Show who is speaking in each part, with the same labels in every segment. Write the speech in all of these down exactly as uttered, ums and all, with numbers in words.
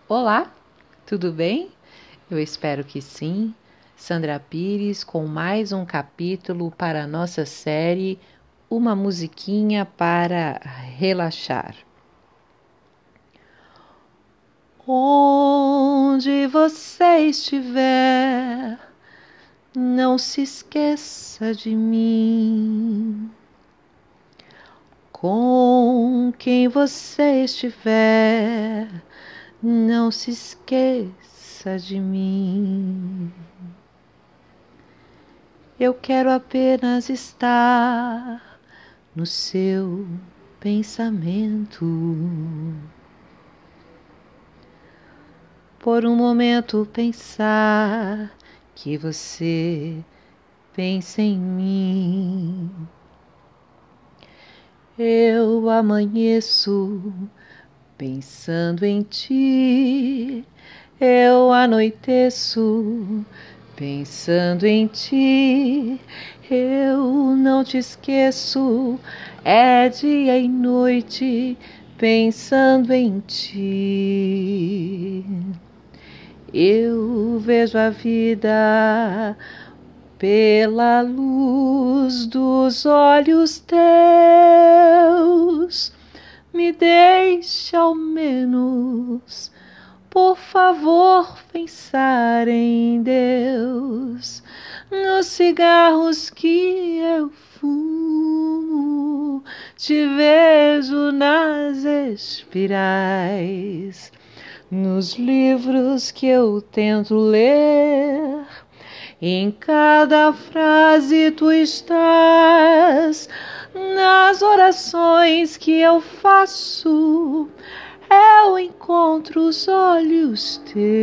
Speaker 1: Olá, tudo bem? Eu espero que sim. Sandra Pires com mais um capítulo para a nossa série Uma Musiquinha para Relaxar. Onde você estiver, não se esqueça de mim. Com quem você estiver, não se esqueça de mim. Eu quero apenas estar no seu pensamento. Por um momento pensar que você pensa em mim. Eu amanheço pensando em ti. Eu anoiteço pensando em ti. Eu não te esqueço, é dia e noite pensando em ti. Eu vejo a vida pela luz dos olhos teus. Me deixe ao menos, por favor, pensar em Deus. Nos cigarros que eu fumo, te vejo nas espirais. Nos livros que eu tento ler, em cada frase tu estás. Nas orações que eu faço, eu encontro os olhos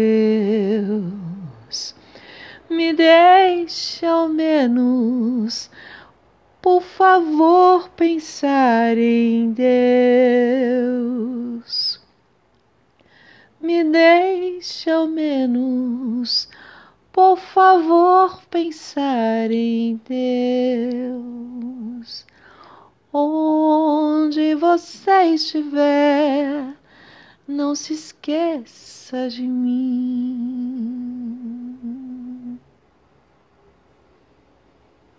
Speaker 1: teus. Me deixe ao menos, por favor, pensar em Deus. Me deixe ao menos, por favor, pensar em Deus. Onde você estiver, não se esqueça de mim.